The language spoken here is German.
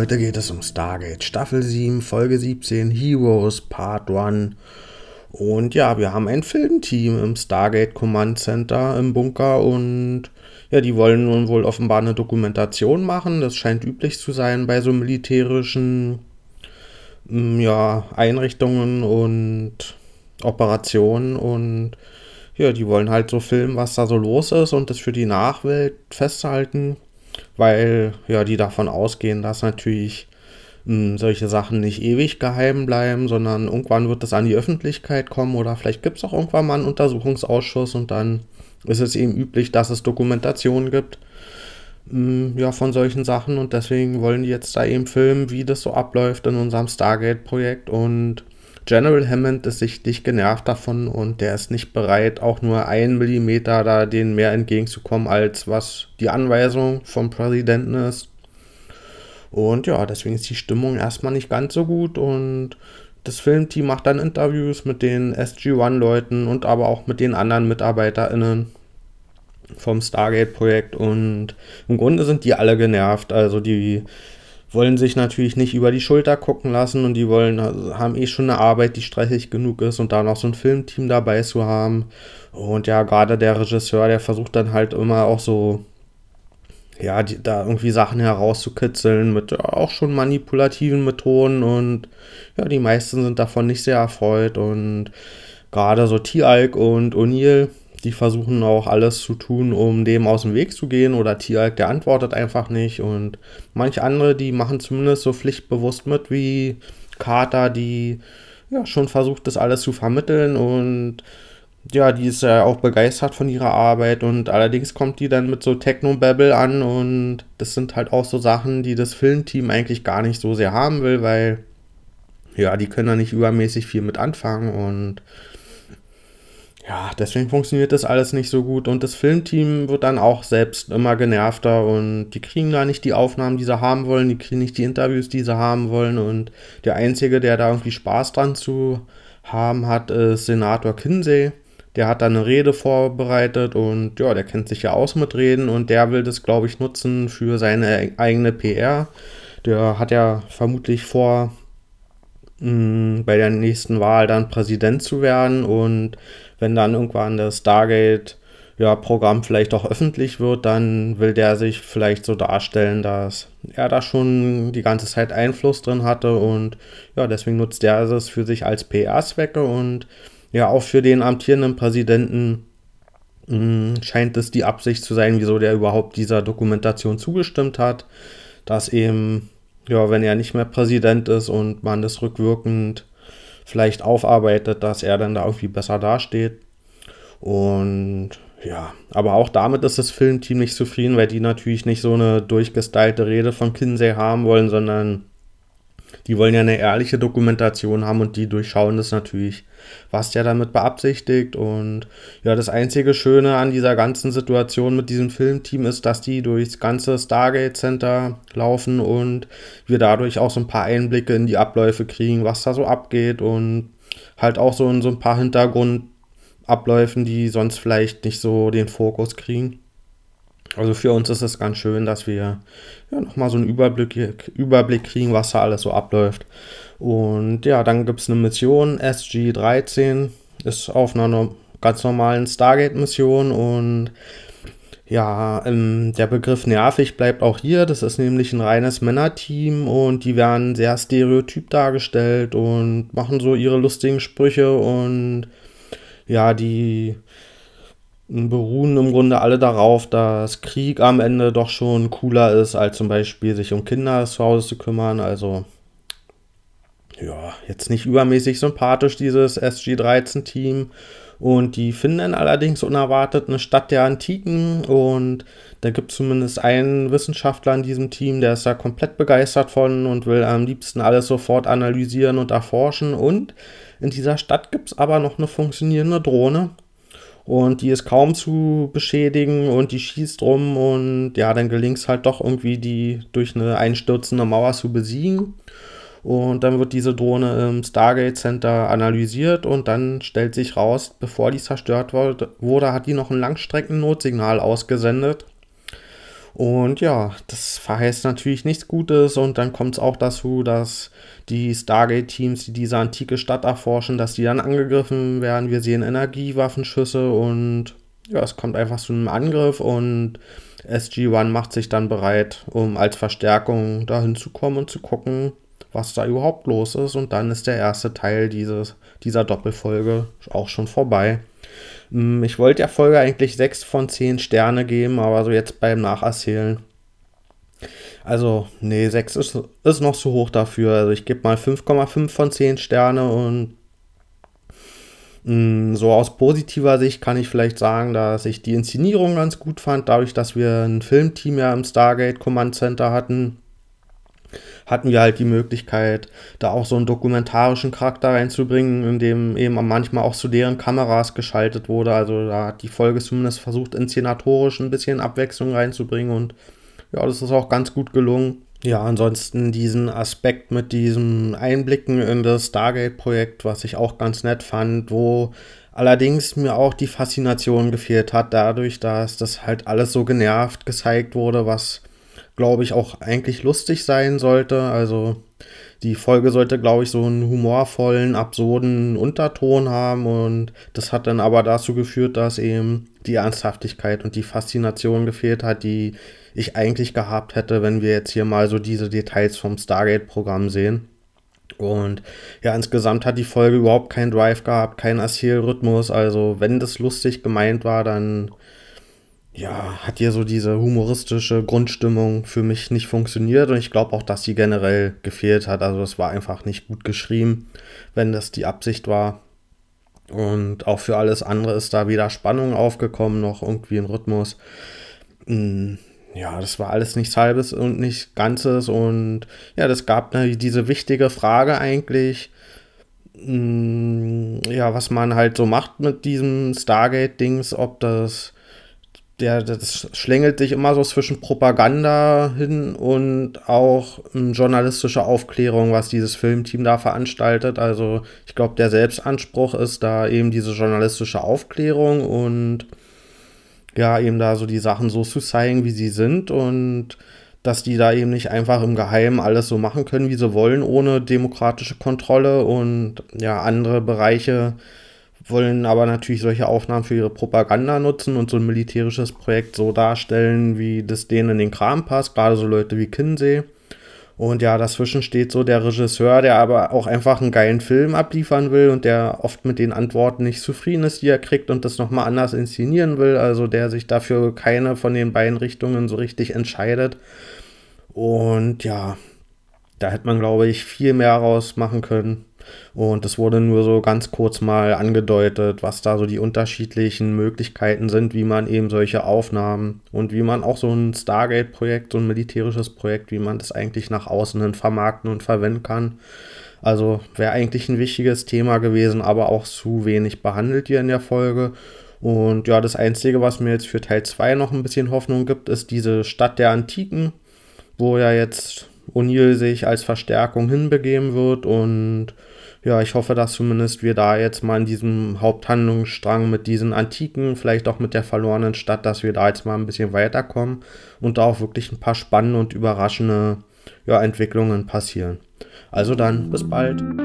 heute geht es um Stargate Staffel 7, Folge 17, Heroes Part 1. Und ja, wir haben ein Filmteam im Stargate Command Center im Bunker und ja, die wollen nun wohl offenbar eine Dokumentation machen. Das scheint üblich zu sein bei so militärischen ja, Einrichtungen und Operationen und ja, die wollen halt so filmen, was da so los ist und das für die Nachwelt festhalten, weil ja, die davon ausgehen, dass natürlich solche Sachen nicht ewig geheim bleiben, sondern irgendwann wird es an die Öffentlichkeit kommen oder vielleicht gibt es auch irgendwann mal einen Untersuchungsausschuss und dann ist es eben üblich, dass es Dokumentationen gibt ja, von solchen Sachen und deswegen wollen die jetzt da eben filmen, wie das so abläuft in unserem Stargate-Projekt und General Hammond ist sichtlich genervt davon und der ist nicht bereit, auch nur 1 Millimeter da denen mehr entgegenzukommen, als was die Anweisung vom Präsidenten ist. Und ja, deswegen ist die Stimmung erstmal nicht ganz so gut und das Filmteam macht dann Interviews mit den SG-1-Leuten und aber auch mit den anderen MitarbeiterInnen vom Stargate-Projekt und im Grunde sind die alle genervt. Also die wollen sich natürlich nicht über die Schulter gucken lassen und die haben eh schon eine Arbeit, die stressig genug ist und da noch so ein Filmteam dabei zu haben. Und ja, gerade der Regisseur, der versucht dann halt immer auch so, ja, da irgendwie Sachen herauszukitzeln mit ja, auch schon manipulativen Methoden und ja, die meisten sind davon nicht sehr erfreut und gerade so Tialk und O'Neill, die versuchen auch alles zu tun, um dem aus dem Weg zu gehen oder Tialk, der antwortet einfach nicht und manche andere, die machen zumindest so pflichtbewusst mit wie Carter, die ja schon versucht, das alles zu vermitteln und ja, die ist ja auch begeistert von ihrer Arbeit und allerdings kommt die dann mit so Technobabble an und das sind halt auch so Sachen, die das Filmteam eigentlich gar nicht so sehr haben will, weil ja, die können da nicht übermäßig viel mit anfangen und ja, deswegen funktioniert das alles nicht so gut und das Filmteam wird dann auch selbst immer genervter und die kriegen da nicht die Aufnahmen, die sie haben wollen, die kriegen nicht die Interviews, die sie haben wollen und der Einzige, der da irgendwie Spaß dran zu haben hat, ist Senator Kinsey. Der hat da eine Rede vorbereitet und ja, der kennt sich ja aus mit Reden und der will das, glaube ich, nutzen für seine eigene PR. Der hat ja vermutlich vor, bei der nächsten Wahl dann Präsident zu werden und wenn dann irgendwann das Stargate ja, Programm vielleicht auch öffentlich wird, dann will der sich vielleicht so darstellen, dass er da schon die ganze Zeit Einfluss drin hatte und ja, deswegen nutzt er es für sich als PR-Zwecke und ja, auch für den amtierenden Präsidenten scheint es die Absicht zu sein, wieso der überhaupt dieser Dokumentation zugestimmt hat, dass eben, ja, wenn er nicht mehr Präsident ist und man das rückwirkend vielleicht aufarbeitet, dass er dann da irgendwie besser dasteht. Und ja, aber auch damit ist das Filmteam nicht zufrieden, weil die natürlich nicht so eine durchgestylte Rede von Kinsey haben wollen, sondern die wollen ja eine ehrliche Dokumentation haben und die durchschauen das natürlich, was der damit beabsichtigt. Und ja, das einzige Schöne an dieser ganzen Situation mit diesem Filmteam ist, dass die durchs ganze Stargate Center laufen und wir dadurch auch so ein paar Einblicke in die Abläufe kriegen, was da so abgeht und halt auch so in so ein paar Hintergrundabläufen, die sonst vielleicht nicht so den Fokus kriegen. Also für uns ist es ganz schön, dass wir ja, nochmal so einen Überblick kriegen, was da alles so abläuft. Und ja, dann gibt es eine Mission, SG-13, ist auf einer ganz normalen Stargate-Mission und ja, der Begriff nervig bleibt auch hier. Das ist nämlich ein reines Männerteam und die werden sehr stereotyp dargestellt und machen so ihre lustigen Sprüche und ja, die beruhen im Grunde alle darauf, dass Krieg am Ende doch schon cooler ist, als zum Beispiel sich um Kinder zu Hause zu kümmern. Also, ja, jetzt nicht übermäßig sympathisch, dieses SG-13-Team. Und die finden dann allerdings unerwartet eine Stadt der Antiken. Und da gibt es zumindest einen Wissenschaftler in diesem Team, der ist da komplett begeistert von und will am liebsten alles sofort analysieren und erforschen. Und in dieser Stadt gibt es aber noch eine funktionierende Drohne. Und die ist kaum zu beschädigen und die schießt rum und ja, dann gelingt es halt doch irgendwie, die durch eine einstürzende Mauer zu besiegen. Und dann wird diese Drohne im Stargate Center analysiert und dann stellt sich raus, bevor die zerstört wurde, hat die noch ein Langstrecken-Notsignal ausgesendet. Und ja, das verheißt natürlich nichts Gutes und dann kommt es auch dazu, dass die Stargate-Teams, die diese antike Stadt erforschen, dass die dann angegriffen werden. Wir sehen Energiewaffenschüsse und ja, es kommt einfach zu einem Angriff und SG-1 macht sich dann bereit, um als Verstärkung dahin zu kommen und zu gucken, was da überhaupt los ist. Und dann ist der erste Teil dieser Doppelfolge auch schon vorbei. Ich wollte der Folge eigentlich 6 von 10 Sterne geben, aber so jetzt beim Nacherzählen. Also, nee, 6 ist noch zu hoch dafür. Also ich gebe mal 5,5 von 10 Sterne und so aus positiver Sicht kann ich vielleicht sagen, dass ich die Inszenierung ganz gut fand. Dadurch, dass wir ein Filmteam ja im Stargate Command Center hatten wir halt die Möglichkeit, da auch so einen dokumentarischen Charakter reinzubringen, in dem eben manchmal auch zu deren Kameras geschaltet wurde. Also da hat die Folge zumindest versucht, inszenatorisch ein bisschen Abwechslung reinzubringen und ja, das ist auch ganz gut gelungen. Ja, ansonsten diesen Aspekt mit diesem Einblicken in das Stargate-Projekt, was ich auch ganz nett fand, wo allerdings mir auch die Faszination gefehlt hat, dadurch, dass das halt alles so genervt gezeigt wurde, was glaube ich, auch eigentlich lustig sein sollte. Also die Folge sollte, glaube ich, so einen humorvollen, absurden Unterton haben und das hat dann aber dazu geführt, dass eben die Ernsthaftigkeit und die Faszination gefehlt hat, die ich eigentlich gehabt hätte, wenn wir jetzt hier mal so diese Details vom Stargate-Programm sehen. Und ja, insgesamt hat die Folge überhaupt keinen Drive gehabt, keinen Erzählrhythmus. Also wenn das lustig gemeint war, dann ja, hat hier so diese humoristische Grundstimmung für mich nicht funktioniert und ich glaube auch, dass sie generell gefehlt hat. Also es war einfach nicht gut geschrieben, wenn das die Absicht war. Und auch für alles andere ist da weder Spannung aufgekommen, noch irgendwie ein Rhythmus. Ja, das war alles nichts Halbes und nichts Ganzes und ja, das gab diese wichtige Frage eigentlich, ja, was man halt so macht mit diesem Stargate-Dings, ob das schlängelt sich immer so zwischen Propaganda hin und auch journalistische Aufklärung, was dieses Filmteam da veranstaltet. Also ich glaube, der Selbstanspruch ist da eben diese journalistische Aufklärung und ja, eben da so die Sachen so zu zeigen, wie sie sind und dass die da eben nicht einfach im Geheimen alles so machen können, wie sie wollen, ohne demokratische Kontrolle und ja, andere Bereiche wollen aber natürlich solche Aufnahmen für ihre Propaganda nutzen und so ein militärisches Projekt so darstellen, wie das denen in den Kram passt, gerade so Leute wie Kinsey. Und ja, dazwischen steht so der Regisseur, der aber auch einfach einen geilen Film abliefern will und der oft mit den Antworten nicht zufrieden ist, die er kriegt und das nochmal anders inszenieren will. Also der sich dafür keine von den beiden Richtungen so richtig entscheidet. Und ja, da hätte man, glaube ich, viel mehr rausmachen können. Und es wurde nur so ganz kurz mal angedeutet, was da so die unterschiedlichen Möglichkeiten sind, wie man eben solche Aufnahmen und wie man auch so ein Stargate-Projekt, so ein militärisches Projekt, wie man das eigentlich nach außen hin vermarkten und verwenden kann. Also wäre eigentlich ein wichtiges Thema gewesen, aber auch zu wenig behandelt hier in der Folge. Und ja, das Einzige, was mir jetzt für Teil 2 noch ein bisschen Hoffnung gibt, ist diese Stadt der Antiken, wo ja jetzt O'Neill sich als Verstärkung hinbegeben wird und ja, ich hoffe, dass zumindest wir da jetzt mal in diesem Haupthandlungsstrang mit diesen Antiken, vielleicht auch mit der verlorenen Stadt, dass wir da jetzt mal ein bisschen weiterkommen und da auch wirklich ein paar spannende und überraschende Entwicklungen passieren. Also dann, bis bald.